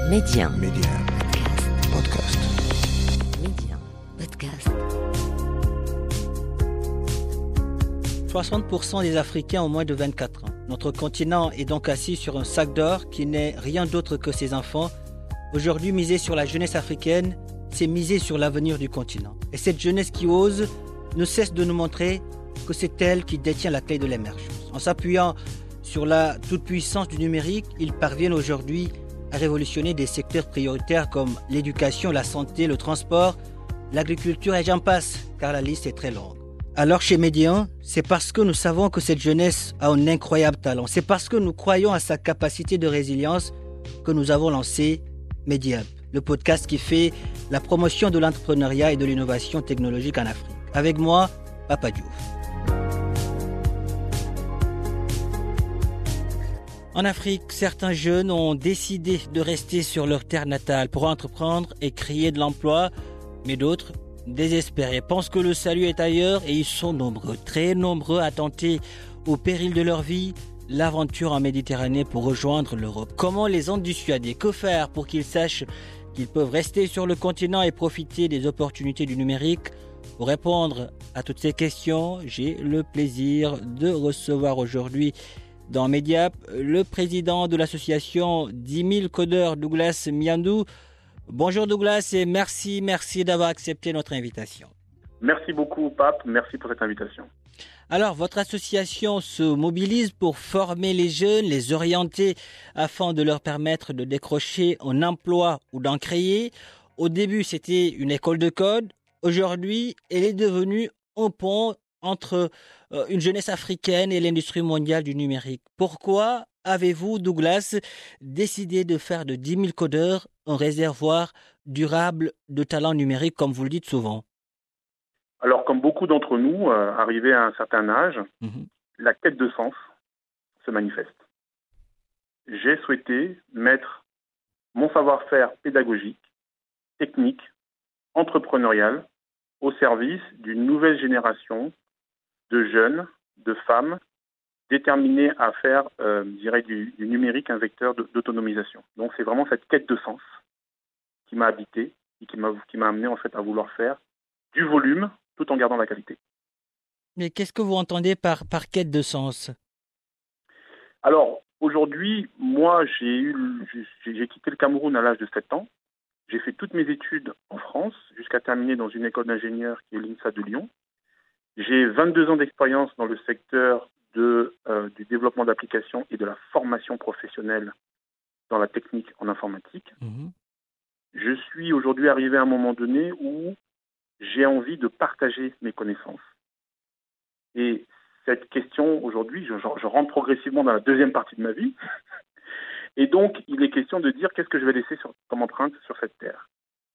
Média. Podcast. Média. Podcast. 60% des Africains ont moins de 24 ans. Notre continent est donc assis sur un sac d'or qui n'est rien d'autre que ses enfants. Aujourd'hui, miser sur la jeunesse africaine, c'est miser sur l'avenir du continent. Et cette jeunesse qui ose ne cesse de nous montrer que c'est elle qui détient la clé de l'émergence. En s'appuyant sur la toute-puissance du numérique, ils parviennent aujourd'hui à révolutionner des secteurs prioritaires comme l'éducation, la santé, le transport, l'agriculture et j'en passe, car la liste est très longue. Alors chez Médian, c'est parce que nous savons que cette jeunesse a un incroyable talent. C'est parce que nous croyons à sa capacité de résilience que nous avons lancé Mediap, le podcast qui fait la promotion de l'entrepreneuriat et de l'innovation technologique en Afrique. Avec moi, Papa Diouf. En Afrique, certains jeunes ont décidé de rester sur leur terre natale pour entreprendre et créer de l'emploi, mais d'autres, désespérés, pensent que le salut est ailleurs et ils sont nombreux, très nombreux à tenter au péril de leur vie l'aventure en Méditerranée pour rejoindre l'Europe. Comment les en dissuader? Que faire pour qu'ils sachent qu'ils peuvent rester sur le continent et profiter des opportunités du numérique? Pour répondre à toutes ces questions, j'ai le plaisir de recevoir aujourd'hui dans Mediap le président de l'association 10 000 codeurs, Douglas Miandou. Bonjour Douglas et merci d'avoir accepté notre invitation. Merci beaucoup Pape, merci pour cette invitation. Alors, votre association se mobilise pour former les jeunes, les orienter afin de leur permettre de décrocher un emploi ou d'en créer. Au début, c'était une école de code. Aujourd'hui, elle est devenue un pont entre une jeunesse africaine et l'industrie mondiale du numérique. Pourquoi avez-vous, Douglas, décidé de faire de 10 000 codeurs un réservoir durable de talents numériques, comme vous le dites souvent? Alors, comme beaucoup d'entre nous, arrivés à un certain âge, la quête de sens se manifeste. J'ai souhaité mettre mon savoir-faire pédagogique, technique, entrepreneurial au service d'une nouvelle génération de jeunes, de femmes, déterminés à faire, du numérique un vecteur d'autonomisation. Donc, c'est vraiment cette quête de sens qui m'a habité et qui m'a amené en fait à vouloir faire du volume tout en gardant la qualité. Mais qu'est-ce que vous entendez par quête de sens? Alors, aujourd'hui, moi, j'ai quitté le Cameroun à l'âge de 7 ans. J'ai fait toutes mes études en France jusqu'à terminer dans une école d'ingénieurs qui est l'INSA de Lyon. J'ai 22 ans d'expérience dans le secteur du développement d'applications et de la formation professionnelle dans la technique en informatique. Je suis aujourd'hui arrivé à un moment donné où j'ai envie de partager mes connaissances. Et cette question, aujourd'hui, je rentre progressivement dans la deuxième partie de ma vie. Et donc, il est question de dire qu'est-ce que je vais laisser comme empreinte sur cette terre.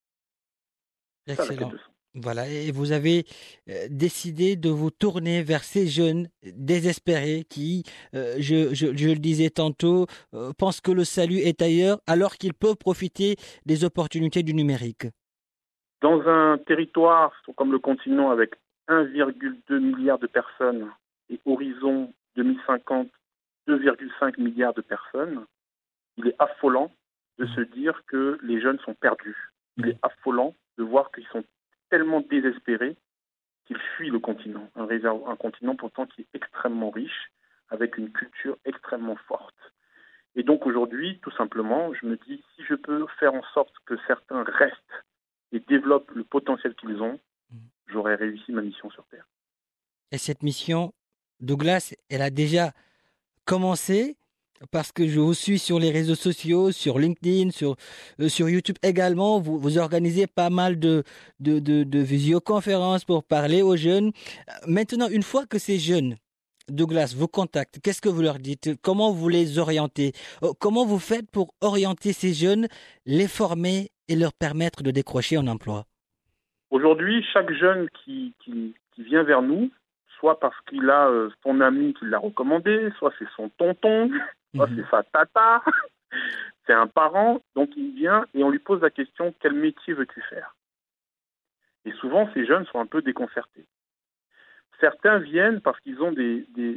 Excellent. Voilà, et vous avez décidé de vous tourner vers ces jeunes désespérés qui, je le disais tantôt, pensent que le salut est ailleurs alors qu'ils peuvent profiter des opportunités du numérique. Dans un territoire comme le continent avec 1,2 milliard de personnes et horizon 2050, 2,5 milliards de personnes, il est affolant de se dire que les jeunes sont perdus. Il est affolant de voir qu'ils sont tellement désespérés qu'ils fuient le continent. Un continent pourtant qui est extrêmement riche, avec une culture extrêmement forte. Et donc aujourd'hui, tout simplement, je me dis, si je peux faire en sorte que certains restent et développent le potentiel qu'ils ont, j'aurais réussi ma mission sur Terre. Et cette mission, Douglas, elle a déjà commencé parce que je vous suis sur les réseaux sociaux, sur LinkedIn, sur YouTube également. Vous organisez pas mal de visioconférences pour parler aux jeunes. Maintenant, une fois que ces jeunes, Douglas, vous contactent, qu'est-ce que vous leur dites? Comment vous les orientez? Comment vous faites pour orienter ces jeunes, les former et leur permettre de décrocher un emploi? Aujourd'hui, chaque jeune qui vient vers nous, soit parce qu'il a son ami qui l'a recommandé, soit c'est son tonton, soit c'est sa tata, c'est un parent, donc il vient et on lui pose la question « Quel métier veux-tu faire ?» Et souvent, ces jeunes sont un peu déconcertés. Certains viennent parce qu'ils ont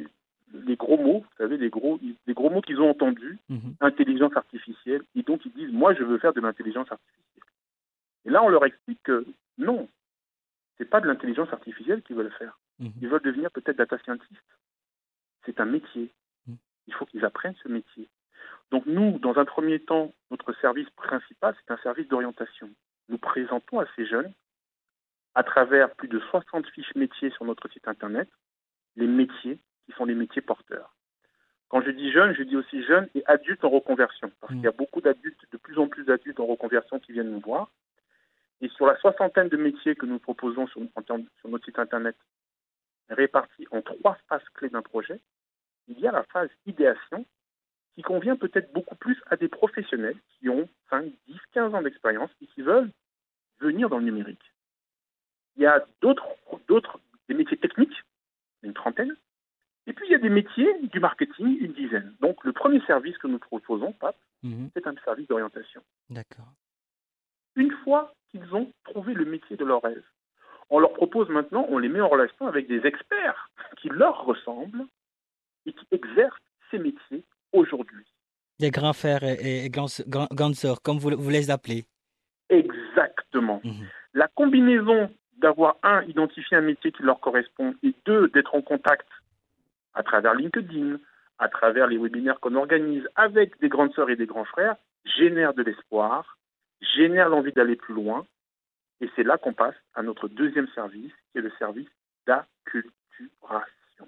les gros mots, vous savez, les gros mots qu'ils ont entendus, intelligence artificielle, et donc ils disent, moi je veux faire de l'intelligence artificielle. Et là, on leur explique que non, c'est pas de l'intelligence artificielle qu'ils veulent faire. Ils veulent devenir peut-être data scientist. C'est un métier. Il faut qu'ils apprennent ce métier. Donc nous, dans un premier temps, notre service principal, c'est un service d'orientation. Nous présentons à ces jeunes, à travers plus de 60 fiches métiers sur notre site internet, les métiers qui sont les métiers porteurs. Quand je dis jeunes, je dis aussi jeunes et adultes en reconversion, parce qu'il y a beaucoup d'adultes, de plus en plus d'adultes en reconversion qui viennent nous voir. Et sur la soixantaine de métiers que nous proposons sur notre site internet, répartis en 3 phases clés d'un projet, il y a la phase idéation qui convient peut-être beaucoup plus à des professionnels qui ont 5, 10, 15 ans d'expérience et qui veulent venir dans le numérique. Il y a des métiers techniques, une trentaine, et puis il y a des métiers du marketing, une dizaine. Donc le premier service que nous proposons, Pape, c'est un service d'orientation. D'accord. Une fois qu'ils ont trouvé le métier de leur rêve, on leur propose maintenant, on les met en relation avec des experts qui leur ressemblent et qui exercent ces métiers aujourd'hui. Des grands frères et grandes sœurs, comme vous les appelez. Exactement. La combinaison d'avoir, identifié un métier qui leur correspond, et 2, d'être en contact à travers LinkedIn, à travers les webinaires qu'on organise avec des grandes sœurs et des grands frères, génère de l'espoir, génère l'envie d'aller plus loin. Et c'est là qu'on passe à notre deuxième service, qui est le service d'acculturation.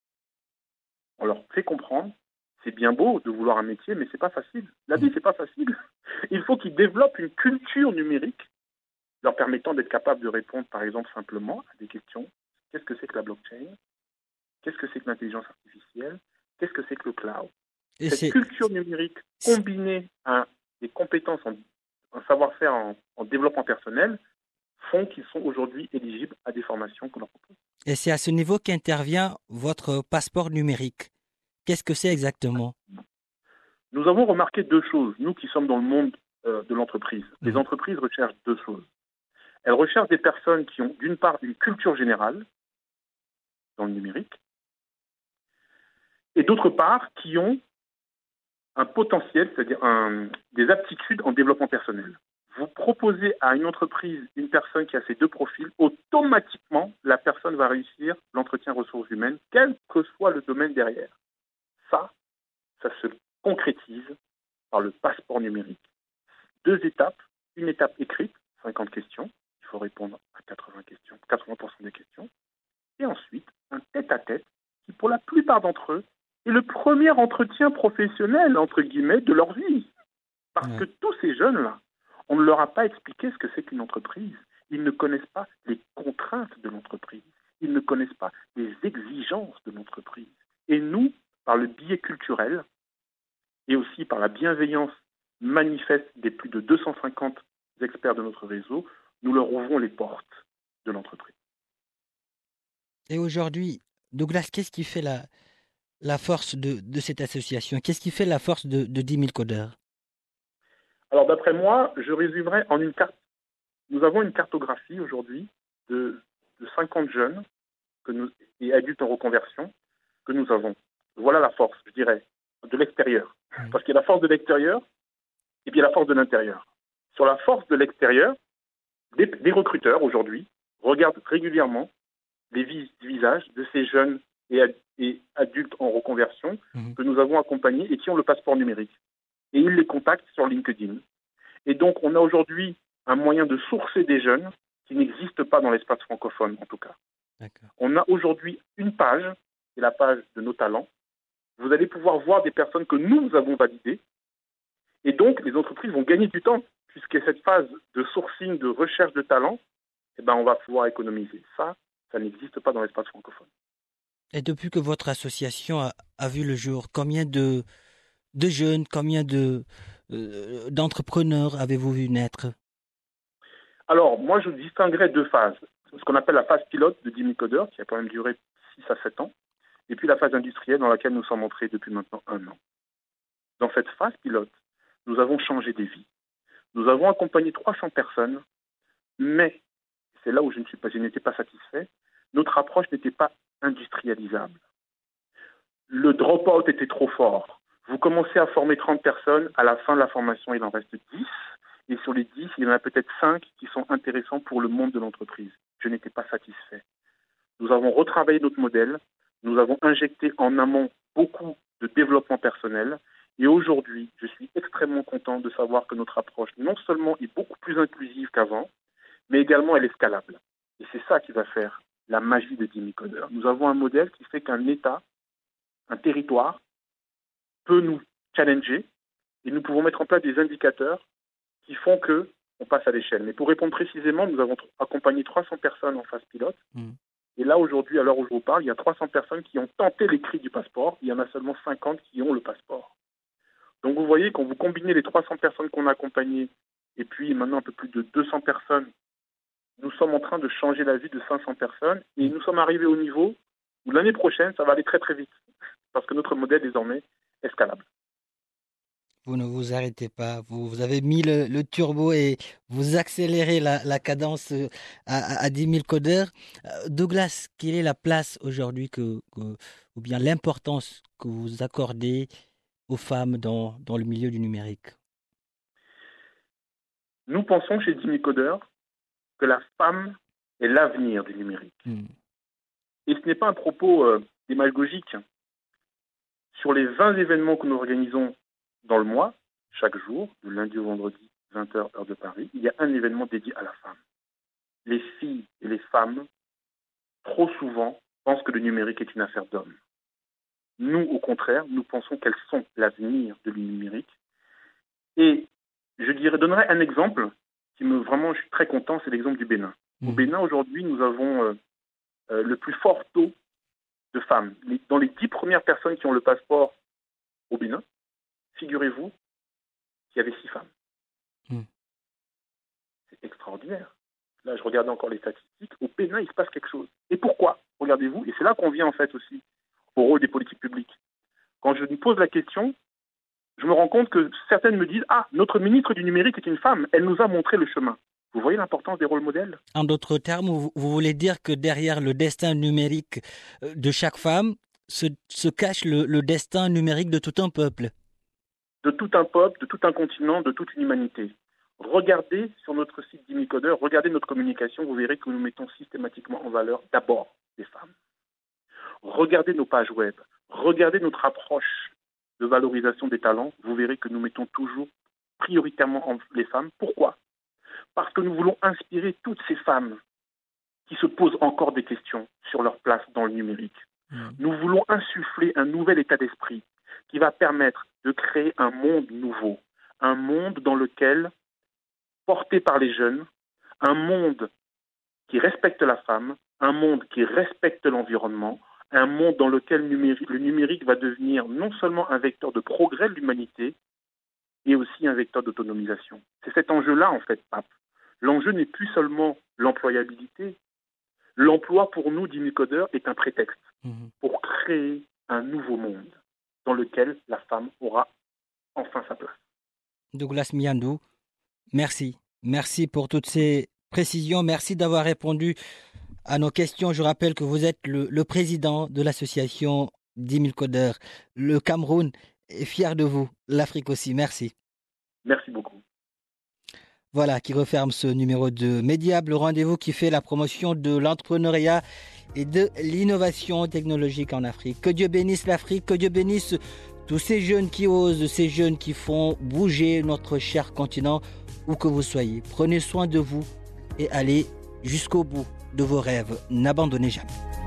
On leur fait comprendre, c'est bien beau de vouloir un métier, mais c'est pas facile. La vie, c'est pas facile. Il faut qu'ils développent une culture numérique leur permettant d'être capables de répondre, par exemple, simplement à des questions. Qu'est-ce que c'est que la blockchain? Qu'est-ce que c'est que l'intelligence artificielle? Qu'est-ce que c'est que le cloud? Et cette culture numérique combinée à des compétences en savoir-faire en développement personnel font qu'ils sont aujourd'hui éligibles à des formations qu'on leur propose. Et c'est à ce niveau qu'intervient votre passeport numérique. Qu'est-ce que c'est exactement? Nous avons remarqué 2 choses, nous qui sommes dans le monde de l'entreprise. Les entreprises recherchent 2 choses. Elles recherchent des personnes qui ont d'une part une culture générale dans le numérique et d'autre part qui ont un potentiel, c'est-à-dire des aptitudes en développement personnel. Vous proposez à une entreprise une personne qui a ces 2 profils, automatiquement, la personne va réussir l'entretien ressources humaines, quel que soit le domaine derrière. Ça se concrétise par le passeport numérique. 2 étapes, une étape écrite, 50 questions, il faut répondre à 80% des questions, et ensuite un tête-à-tête qui, pour la plupart d'entre eux, est le premier entretien professionnel, entre guillemets, de leur vie. Parce que tous ces jeunes-là, on ne leur a pas expliqué ce que c'est qu'une entreprise. Ils ne connaissent pas les contraintes de l'entreprise. Ils ne connaissent pas les exigences de l'entreprise. Et nous, par le biais culturel et aussi par la bienveillance manifeste des plus de 250 experts de notre réseau, nous leur ouvrons les portes de l'entreprise. Et aujourd'hui, Douglas, qu'est-ce qui fait la force de cette association? Qu'est-ce qui fait la force de 10 000 codeurs? Alors, d'après moi, je résumerai en une carte. Nous avons une cartographie aujourd'hui de 50 jeunes et adultes en reconversion que nous avons. Voilà la force, je dirais, de l'extérieur. Parce qu'il y a la force de l'extérieur et puis il y a la force de l'intérieur. Sur la force de l'extérieur, des recruteurs aujourd'hui regardent régulièrement les visages de ces jeunes et adultes en reconversion que nous avons accompagnés et qui ont le passeport numérique. Et ils les contactent sur LinkedIn. Et donc, on a aujourd'hui un moyen de sourcer des jeunes qui n'existe pas dans l'espace francophone, en tout cas. D'accord. On a aujourd'hui une page, c'est la page de nos talents. Vous allez pouvoir voir des personnes que nous avons validées. Et donc, les entreprises vont gagner du temps, puisque cette phase de sourcing, de recherche de talents, on va pouvoir économiser. Ça n'existe pas dans l'espace francophone. Et depuis que votre association a vu le jour, combien de jeunes, combien d'entrepreneurs avez-vous vu naître? Alors, moi, je distinguerais 2 phases. Ce qu'on appelle la phase pilote de 10 000 codeurs, qui a quand même duré 6 à 7 ans, et puis la phase industrielle dans laquelle nous sommes entrés depuis maintenant 1 an. Dans cette phase pilote, nous avons changé des vies. Nous avons accompagné 300 personnes, mais c'est là où je n'étais pas satisfait, notre approche n'était pas industrialisable. le drop-out était trop fort. Vous commencez à former 30 personnes, à la fin de la formation, il en reste 10. Et sur les 10, il y en a peut-être 5 qui sont intéressants pour le monde de l'entreprise. Je n'étais pas satisfait. Nous avons retravaillé notre modèle. Nous avons injecté en amont beaucoup de développement personnel. Et aujourd'hui, je suis extrêmement content de savoir que notre approche, non seulement est beaucoup plus inclusive qu'avant, mais également elle est scalable. Et c'est ça qui va faire la magie de DiMiCoder. Nous avons un modèle qui fait qu'un État, un territoire, peut nous challenger et nous pouvons mettre en place des indicateurs qui font qu'on passe à l'échelle. Mais pour répondre précisément, nous avons accompagné 300 personnes en phase pilote. Et là, aujourd'hui, à l'heure où je vous parle, il y a 300 personnes qui ont tenté l'écrit du passeport. Il y en a seulement 50 qui ont le passeport. Donc vous voyez, quand vous combinez les 300 personnes qu'on a accompagnées et puis maintenant un peu plus de 200 personnes, nous sommes en train de changer la vie de 500 personnes et nous sommes arrivés au niveau où l'année prochaine, ça va aller très très vite parce que notre modèle désormais est scalable. Vous ne vous arrêtez pas, vous avez mis le turbo et vous accélérez la cadence à 10 000 codeurs. Douglas, quelle est la place aujourd'hui ou bien l'importance que vous accordez aux femmes dans le milieu du numérique? Nous pensons chez DiMiCoder que la femme est l'avenir du numérique. Et ce n'est pas un propos démagogique. Sur les 20 événements que nous organisons dans le mois, chaque jour, de lundi au vendredi, 20h, heure de Paris, il y a un événement dédié à la femme. Les filles et les femmes, trop souvent, pensent que le numérique est une affaire d'hommes. Nous, au contraire, nous pensons qu'elles sont l'avenir de le numérique. Et je donnerai un exemple qui vraiment, je suis très content, c'est l'exemple du Bénin. Au Bénin, aujourd'hui, nous avons le plus fort taux de femmes. Dans les 10 premières personnes qui ont le passeport au Bénin, figurez-vous qu'il y avait 6 femmes. C'est extraordinaire. Là, je regardais encore les statistiques. Au Bénin, il se passe quelque chose. Et pourquoi? Regardez-vous. Et c'est là qu'on vient en fait aussi au rôle des politiques publiques. Quand je me pose la question, je me rends compte que certaines me disent « Ah, notre ministre du numérique est une femme. Elle nous a montré le chemin. » Vous voyez l'importance des rôles modèles? En d'autres termes, vous voulez dire que derrière le destin numérique de chaque femme se cache le destin numérique de tout un peuple? De tout un peuple, de tout un continent, de toute une humanité. Regardez sur notre site DiMiCoder, regardez notre communication, vous verrez que nous mettons systématiquement en valeur d'abord les femmes. Regardez nos pages web, regardez notre approche de valorisation des talents, vous verrez que nous mettons toujours prioritairement les femmes. Pourquoi? Parce que nous voulons inspirer toutes ces femmes qui se posent encore des questions sur leur place dans le numérique. Nous voulons insuffler un nouvel état d'esprit qui va permettre de créer un monde nouveau, un monde dans lequel, porté par les jeunes, un monde qui respecte la femme, un monde qui respecte l'environnement, un monde dans lequel le numérique va devenir non seulement un vecteur de progrès de l'humanité, mais aussi un vecteur d'autonomisation. C'est cet enjeu-là, en fait, Pape. L'enjeu n'est plus seulement l'employabilité. L'emploi, pour nous, DiMiCoder, est un prétexte pour créer un nouveau monde dans lequel la femme aura enfin sa place. Douglas Miandou, merci. Merci pour toutes ces précisions. Merci d'avoir répondu à nos questions. Je rappelle que vous êtes le président de l'association 10 000 codeurs. Le Cameroun est fier de vous. L'Afrique aussi. Merci. Merci beaucoup. Voilà qui referme ce numéro de Mediap, le rendez-vous qui fait la promotion de l'entrepreneuriat et de l'innovation technologique en Afrique. Que Dieu bénisse l'Afrique, que Dieu bénisse tous ces jeunes qui osent, ces jeunes qui font bouger notre cher continent, où que vous soyez. Prenez soin de vous et allez jusqu'au bout de vos rêves. N'abandonnez jamais.